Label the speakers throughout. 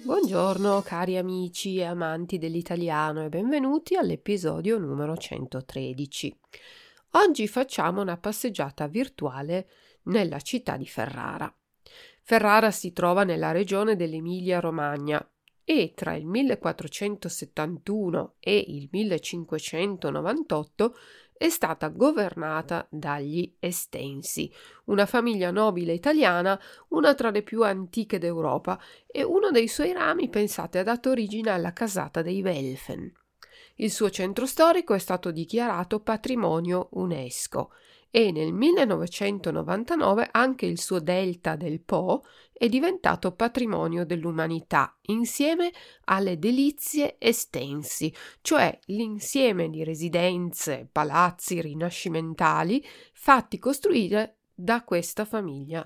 Speaker 1: Buongiorno cari amici e amanti dell'italiano e benvenuti all'episodio numero 113. Oggi facciamo una passeggiata virtuale nella città di Ferrara. Ferrara si trova nella regione dell'Emilia-Romagna e tra il 1471 e il 1598 è stata governata dagli Estensi, una famiglia nobile italiana, una tra le più antiche d'Europa, e uno dei suoi rami, pensate, ha dato origine alla casata dei Welfen. Il suo centro storico è stato dichiarato patrimonio UNESCO e nel 1999 anche il suo delta del Po è diventato patrimonio dell'umanità insieme alle Delizie Estensi, cioè l'insieme di residenze, palazzi rinascimentali fatti costruire da questa famiglia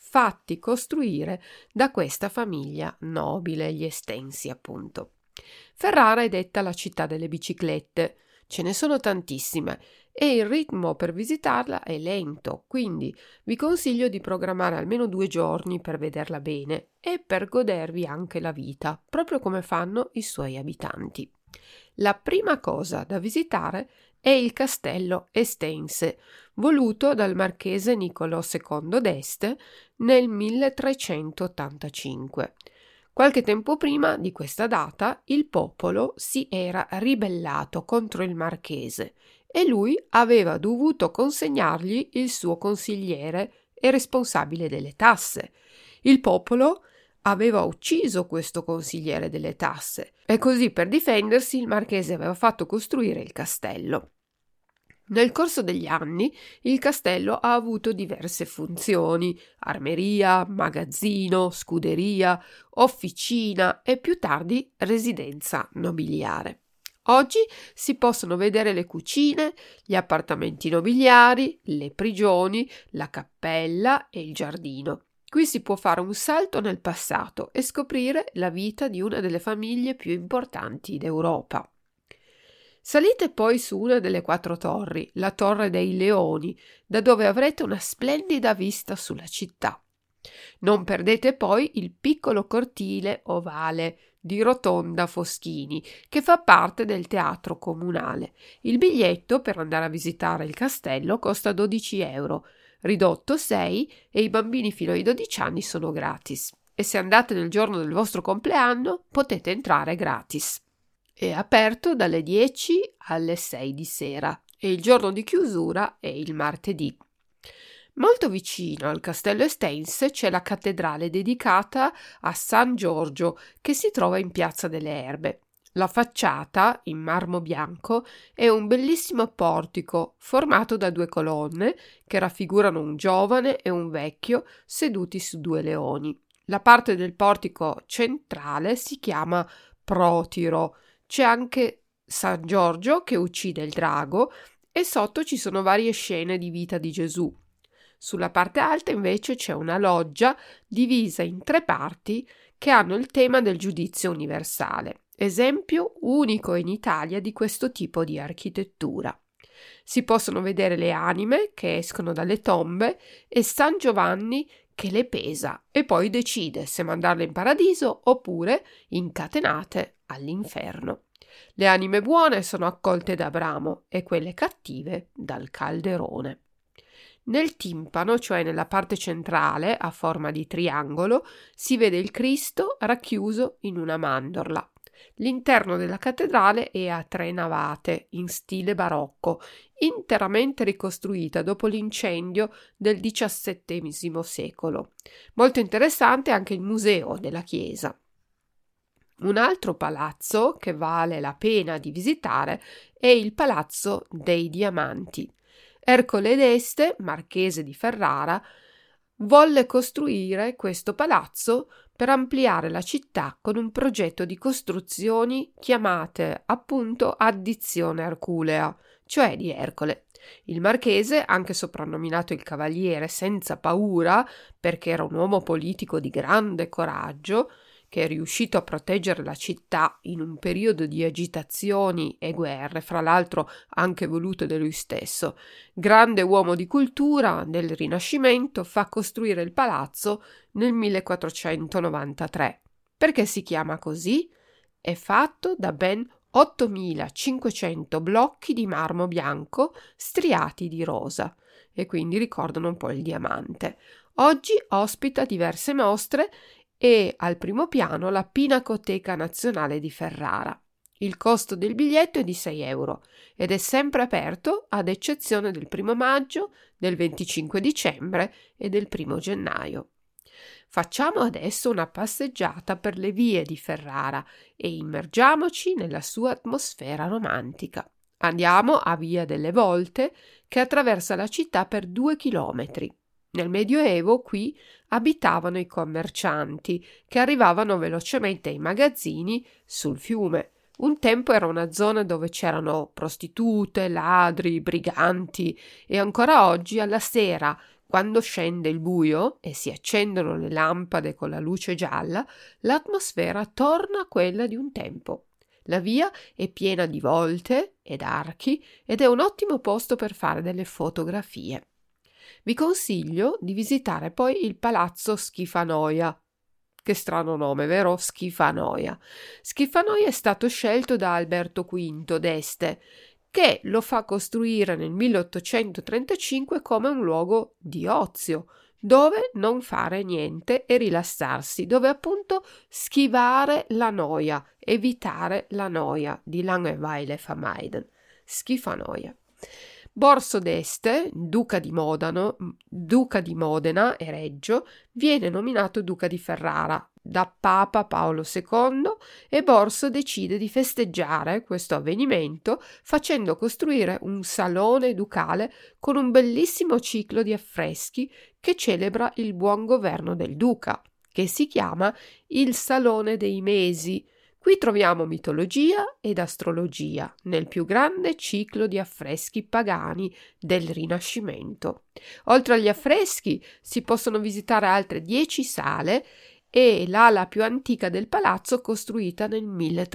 Speaker 1: nobile, gli Estensi appunto. Ferrara è detta la città delle biciclette, ce ne sono tantissime e il ritmo per visitarla è lento, quindi vi consiglio di programmare almeno 2 giorni per vederla bene e per godervi anche la vita, proprio come fanno i suoi abitanti. La prima cosa da visitare è il castello Estense, voluto dal marchese Niccolò II d'Este nel 1385. Qualche tempo prima di questa data il popolo si era ribellato contro il marchese e lui aveva dovuto consegnargli il suo consigliere e responsabile delle tasse. Il popolo aveva ucciso questo consigliere delle tasse e così per difendersi il marchese aveva fatto costruire il castello. Nel corso degli anni il castello ha avuto diverse funzioni: armeria, magazzino, scuderia, officina e più tardi residenza nobiliare. Oggi si possono vedere le cucine, gli appartamenti nobiliari, le prigioni, la cappella e il giardino. Qui si può fare un salto nel passato e scoprire la vita di una delle famiglie più importanti d'Europa. Salite poi su una delle 4 torri, la Torre dei Leoni, da dove avrete una splendida vista sulla città. Non perdete poi il piccolo cortile ovale di Rotonda Foschini, che fa parte del teatro comunale. Il biglietto per andare a visitare il castello costa 12 euro, ridotto 6, e i bambini fino ai 12 anni sono gratis. E se andate nel giorno del vostro compleanno potete entrare gratis. È aperto dalle 10 alle 6 di sera e il giorno di chiusura è il martedì. Molto vicino al castello Estense c'è la cattedrale dedicata a San Giorgio, che si trova in Piazza delle Erbe. La facciata, in marmo bianco, è un bellissimo portico formato da 2 colonne che raffigurano un giovane e un vecchio seduti su 2 leoni. La parte del portico centrale si chiama Protiro. C'è anche San Giorgio che uccide il drago e sotto ci sono varie scene di vita di Gesù. Sulla parte alta invece c'è una loggia divisa in 3 parti che hanno il tema del giudizio universale, esempio unico in Italia di questo tipo di architettura. Si possono vedere le anime che escono dalle tombe e San Giovanni che le pesa e poi decide se mandarle in paradiso oppure incatenate all'inferno. Le anime buone sono accolte da Abramo e quelle cattive dal calderone. Nel timpano, cioè nella parte centrale, a forma di triangolo, si vede il Cristo racchiuso in una mandorla. L'interno della cattedrale è a 3 navate, in stile barocco, interamente ricostruita dopo l'incendio del XVII secolo. Molto interessante anche il museo della chiesa. Un altro palazzo che vale la pena di visitare è il Palazzo dei Diamanti. Ercole d'Este, marchese di Ferrara, volle costruire questo palazzo per ampliare la città con un progetto di costruzioni chiamate appunto addizione erculea, cioè di Ercole. Il marchese, anche soprannominato il Cavaliere senza paura, perché era un uomo politico di grande coraggio, che è riuscito a proteggere la città in un periodo di agitazioni e guerre, fra l'altro anche volute da lui stesso. Grande uomo di cultura del Rinascimento, fa costruire il palazzo nel 1493. Perché si chiama così? È fatto da ben 8.500 blocchi di marmo bianco striati di rosa e quindi ricordano un po' il diamante. Oggi ospita diverse mostre e al primo piano la Pinacoteca Nazionale di Ferrara. Il costo del biglietto è di 6 euro ed è sempre aperto ad eccezione del 1 maggio, del 25 dicembre e del 1 gennaio. Facciamo adesso una passeggiata per le vie di Ferrara e immergiamoci nella sua atmosfera romantica. Andiamo a Via delle Volte, che attraversa la città per 2 chilometri. Nel Medioevo qui abitavano i commercianti che arrivavano velocemente ai magazzini sul fiume. Un tempo era una zona dove c'erano prostitute, ladri, briganti e ancora oggi alla sera, quando scende il buio e si accendono le lampade con la luce gialla, l'atmosfera torna a quella di un tempo. La via è piena di volte ed archi ed è un ottimo posto per fare delle fotografie. Vi consiglio di visitare poi il Palazzo Schifanoia. Che strano nome, vero? Schifanoia. Schifanoia è stato scelto da Alberto V d'Este, che lo fa costruire nel 1835 come un luogo di ozio, dove non fare niente e rilassarsi, dove appunto schivare la noia, evitare la noia, di Langeweile vermeiden. Schifanoia. Borso d'Este, duca di Modena e Reggio, viene nominato duca di Ferrara da Papa Paolo II e Borso decide di festeggiare questo avvenimento facendo costruire un salone ducale con un bellissimo ciclo di affreschi che celebra il buon governo del duca, che si chiama il Salone dei Mesi. Qui troviamo mitologia ed astrologia nel più grande ciclo di affreschi pagani del Rinascimento. Oltre agli affreschi si possono visitare altre 10 sale e l'ala più antica del palazzo costruita nel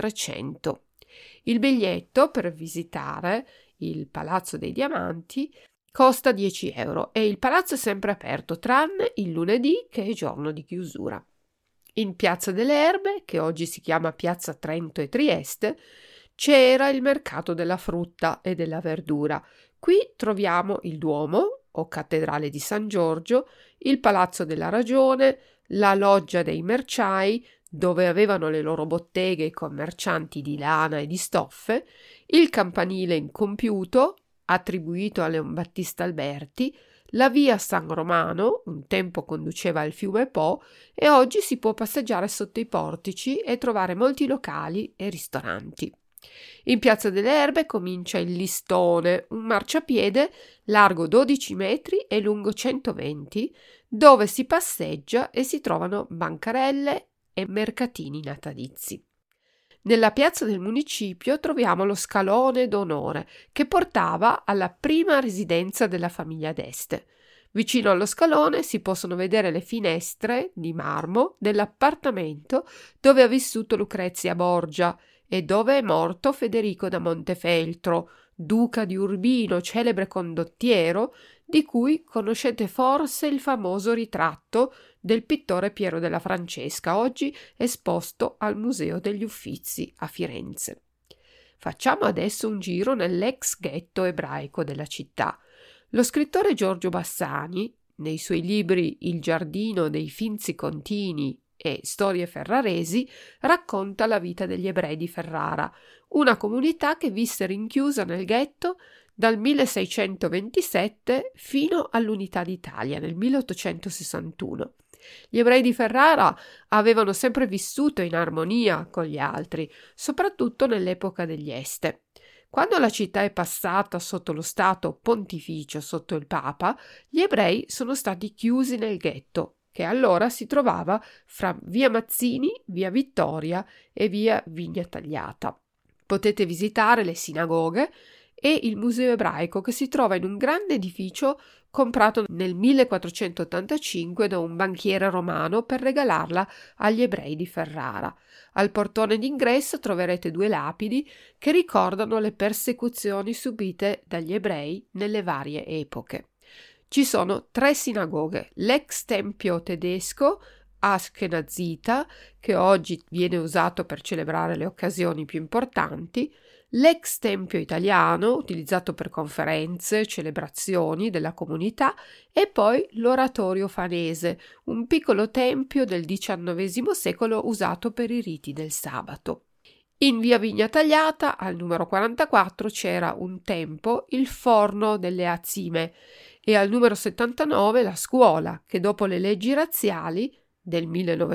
Speaker 1: 1300. Il biglietto per visitare il Palazzo dei Diamanti costa 10 euro e il palazzo è sempre aperto tranne il lunedì che è giorno di chiusura. In Piazza delle Erbe, che oggi si chiama Piazza Trento e Trieste, c'era il mercato della frutta e della verdura. Qui troviamo il Duomo o Cattedrale di San Giorgio, il Palazzo della Ragione, la Loggia dei Merciai, dove avevano le loro botteghe i commercianti di lana e di stoffe, il campanile incompiuto, attribuito a Leon Battista Alberti, la via San Romano, un tempo conduceva al fiume Po e oggi si può passeggiare sotto i portici e trovare molti locali e ristoranti. In Piazza delle Erbe comincia il Listone, un marciapiede largo 12 metri e lungo 120, dove si passeggia e si trovano bancarelle e mercatini natalizi. Nella piazza del municipio troviamo lo scalone d'onore che portava alla prima residenza della famiglia d'Este. Vicino allo scalone si possono vedere le finestre di marmo dell'appartamento dove ha vissuto Lucrezia Borgia e dove è morto Federico da Montefeltro, duca di Urbino, celebre condottiero, di cui conoscete forse il famoso ritratto del pittore Piero della Francesca, oggi esposto al Museo degli Uffizi a Firenze. Facciamo adesso un giro nell'ex ghetto ebraico della città. Lo scrittore Giorgio Bassani, nei suoi libri Il giardino dei Finzi Contini e Storie ferraresi, racconta la vita degli ebrei di Ferrara, una comunità che visse rinchiusa nel ghetto dal 1627 fino all'Unità d'Italia nel 1861. Gli ebrei di Ferrara avevano sempre vissuto in armonia con gli altri, soprattutto nell'epoca degli Este. Quando la città è passata sotto lo Stato pontificio, sotto il Papa, gli ebrei sono stati chiusi nel ghetto, che allora si trovava fra via Mazzini, via Vittoria e via Vigna Tagliata. Potete visitare le sinagoghe e il museo ebraico che si trova in un grande edificio comprato nel 1485 da un banchiere romano per regalarla agli ebrei di Ferrara. Al portone d'ingresso troverete 2 lapidi che ricordano le persecuzioni subite dagli ebrei nelle varie epoche. Ci sono 3 sinagoghe, l'ex tempio tedesco ashkenazita, che oggi viene usato per celebrare le occasioni più importanti, l'ex tempio italiano, utilizzato per conferenze, celebrazioni della comunità, e poi l'oratorio fanese, un piccolo tempio del XIX secolo usato per i riti del sabato. In via Vigna Tagliata, al numero 44, c'era un tempo il forno delle Azime e al numero 79 la scuola, che dopo le leggi razziali del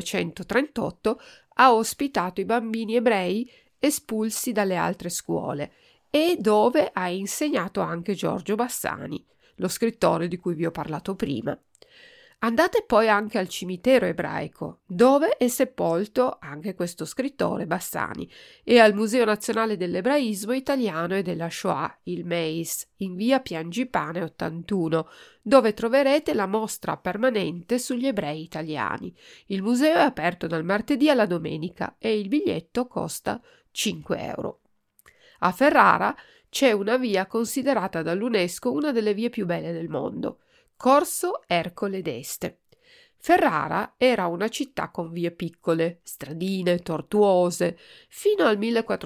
Speaker 1: 1938 ha ospitato i bambini ebrei espulsi dalle altre scuole e dove ha insegnato anche Giorgio Bassani, lo scrittore di cui vi ho parlato prima. Andate poi anche al cimitero ebraico, dove è sepolto anche questo scrittore Bassani, e al Museo Nazionale dell'Ebraismo Italiano e della Shoah, il MEIS, in via Piangipane 81, dove troverete la mostra permanente sugli ebrei italiani. Il museo è aperto dal martedì alla domenica e il biglietto costa 5 euro. A Ferrara c'è una via considerata dall'UNESCO una delle vie più belle del mondo, Corso Ercole d'Este. Ferrara era una città con vie piccole, stradine, tortuose, fino al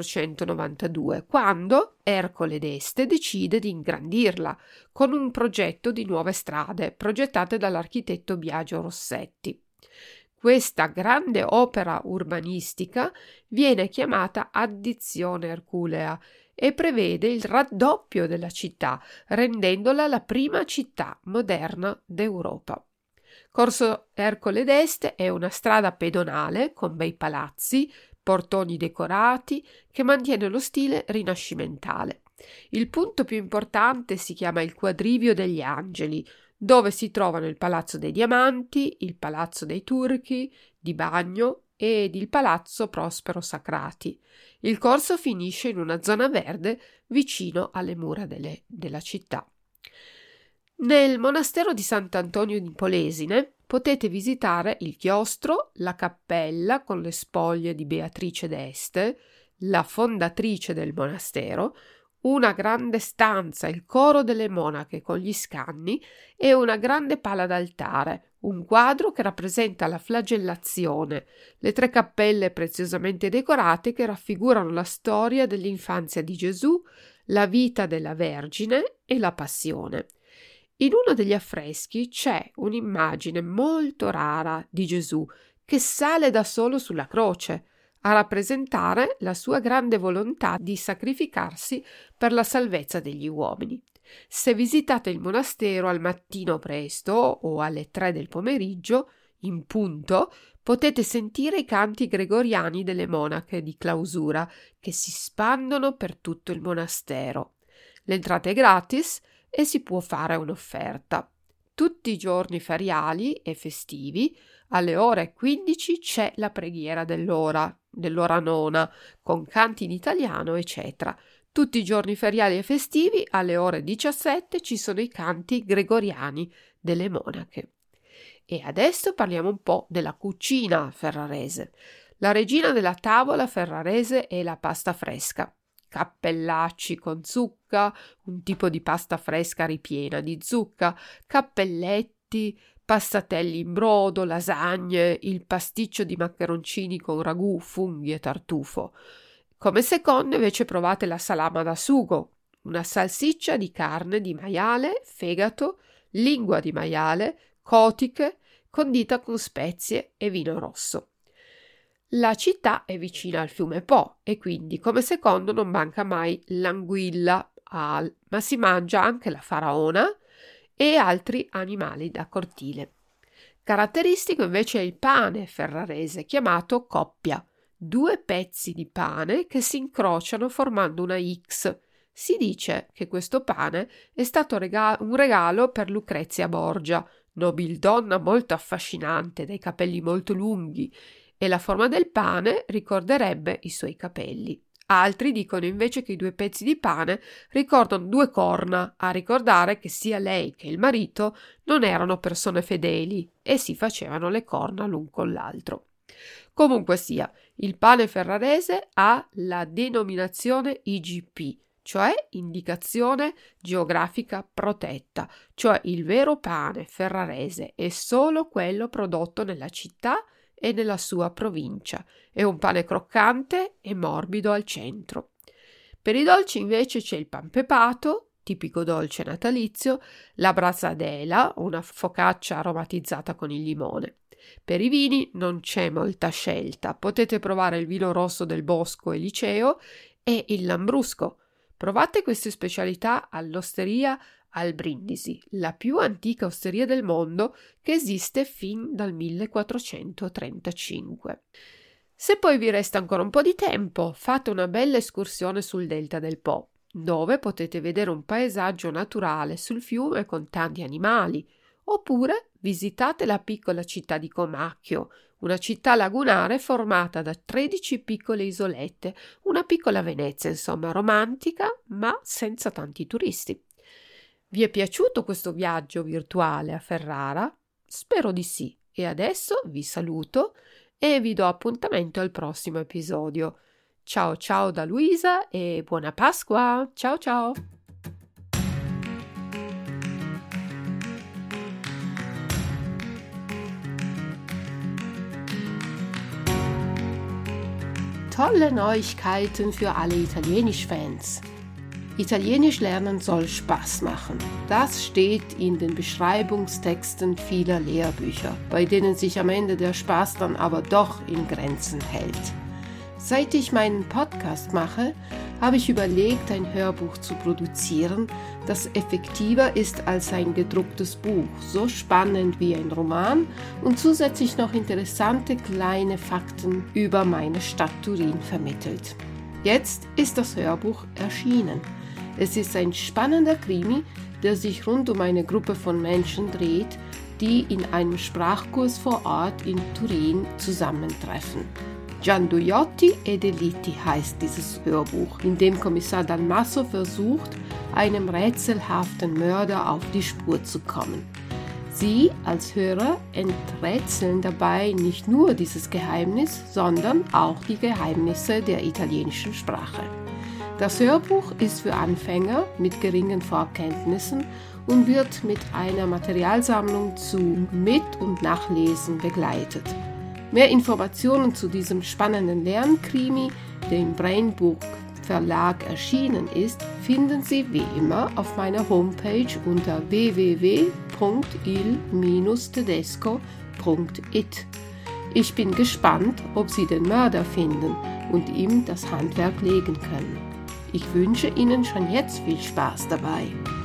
Speaker 1: 1492, quando Ercole d'Este decide di ingrandirla con un progetto di nuove strade progettate dall'architetto Biagio Rossetti. Questa grande opera urbanistica viene chiamata addizione erculea e prevede il raddoppio della città, rendendola la prima città moderna d'Europa. Corso Ercole d'Este è una strada pedonale con bei palazzi, portoni decorati, che mantiene lo stile rinascimentale. Il punto più importante si chiama il Quadrivio degli Angeli, dove si trovano il Palazzo dei Diamanti, il Palazzo dei Turchi, di Bagno ed il Palazzo Prospero Sacrati. Il corso finisce in una zona verde vicino alle mura della città. Nel monastero di Sant'Antonio di Polesine potete visitare il chiostro, la cappella con le spoglie di Beatrice d'Este, la fondatrice del monastero, una grande stanza, il coro delle monache con gli scanni e una grande pala d'altare, un quadro che rappresenta la flagellazione, le 3 cappelle preziosamente decorate che raffigurano la storia dell'infanzia di Gesù, la vita della Vergine e la passione. In uno degli affreschi c'è un'immagine molto rara di Gesù che sale da solo sulla croce, a rappresentare la sua grande volontà di sacrificarsi per la salvezza degli uomini. Se visitate il monastero al mattino presto o alle 3 del pomeriggio, in punto, potete sentire i canti gregoriani delle monache di clausura che si spandono per tutto il monastero. L'entrata è gratis e si può fare un'offerta. Tutti i giorni feriali e festivi alle ore 15 c'è la preghiera dell'ora nona, con canti in italiano, eccetera. Tutti i giorni feriali e festivi alle ore 17 ci sono i canti gregoriani delle monache. E adesso parliamo un po' della cucina ferrarese. La regina della tavola ferrarese è la pasta fresca. Cappellacci con zucca, un tipo di pasta fresca ripiena di zucca, cappelletti, passatelli in brodo, lasagne, il pasticcio di maccheroncini con ragù, funghi e tartufo. Come secondo invece provate la salama da sugo, una salsiccia di carne di maiale, fegato, lingua di maiale, cotiche, condita con spezie e vino rosso. La città è vicina al fiume Po e quindi come secondo non manca mai l'anguilla, ma si mangia anche la faraona e altri animali da cortile. Caratteristico invece è il pane ferrarese, chiamato coppia, 2 pezzi di pane che si incrociano formando una X. Si dice che questo pane è stato un regalo per Lucrezia Borgia, nobildonna molto affascinante, dai capelli molto lunghi, e la forma del pane ricorderebbe i suoi capelli. Altri dicono invece che i 2 pezzi di pane ricordano 2 corna, a ricordare che sia lei che il marito non erano persone fedeli e si facevano le corna l'un con l'altro. Comunque sia, il pane ferrarese ha la denominazione IGP, cioè indicazione geografica protetta, cioè il vero pane ferrarese è solo quello prodotto nella città e nella sua provincia. È un pane croccante e morbido al centro. Per i dolci invece c'è il pan pepato, tipico dolce natalizio, la brazzadela, una focaccia aromatizzata con il limone. Per i vini non c'è molta scelta, potete provare il vino rosso del Bosco e Liceo e il Lambrusco. Provate queste specialità all'Osteria al Brindisi, la più antica osteria del mondo che esiste fin dal 1435. Se poi vi resta ancora un po' di tempo, fate una bella escursione sul delta del Po, dove potete vedere un paesaggio naturale sul fiume con tanti animali, oppure visitate la piccola città di Comacchio, una città lagunare formata da 13 piccole isolette, una piccola Venezia, insomma, romantica, ma senza tanti turisti. Vi è piaciuto questo viaggio virtuale a Ferrara? Spero di sì. E adesso vi saluto e vi do appuntamento al prossimo episodio. Ciao ciao da Luisa e buona Pasqua! Ciao ciao!
Speaker 2: Tolle Neuigkeiten für alle Italienisch-Fans. Italienisch lernen soll Spaß machen. Das steht in den Beschreibungstexten vieler Lehrbücher, bei denen sich am Ende der Spaß dann aber doch in Grenzen hält. Seit ich meinen Podcast mache, habe ich überlegt, ein Hörbuch zu produzieren, das effektiver ist als ein gedrucktes Buch, so spannend wie ein Roman und zusätzlich noch interessante kleine Fakten über meine Stadt Turin vermittelt. Jetzt ist das Hörbuch erschienen. Es ist ein spannender Krimi, der sich rund um eine Gruppe von Menschen dreht, die in einem Sprachkurs vor Ort in Turin zusammentreffen. Gianduiotti e Delitti heißt dieses Hörbuch, in dem Kommissar Dalmasso versucht, einem rätselhaften Mörder auf die Spur zu kommen. Sie als Hörer enträtseln dabei nicht nur dieses Geheimnis, sondern auch die Geheimnisse der italienischen Sprache. Das Hörbuch ist für Anfänger mit geringen Vorkenntnissen und wird mit einer Materialsammlung zu Mit- und Nachlesen begleitet. Mehr Informationen zu diesem spannenden Lernkrimi, der im Brainbook Verlag erschienen ist, finden Sie wie immer auf meiner Homepage unter www.il-tedesco.it. Ich bin gespannt, ob Sie den Mörder finden und ihm das Handwerk legen können. Ich wünsche Ihnen schon jetzt viel Spaß dabei.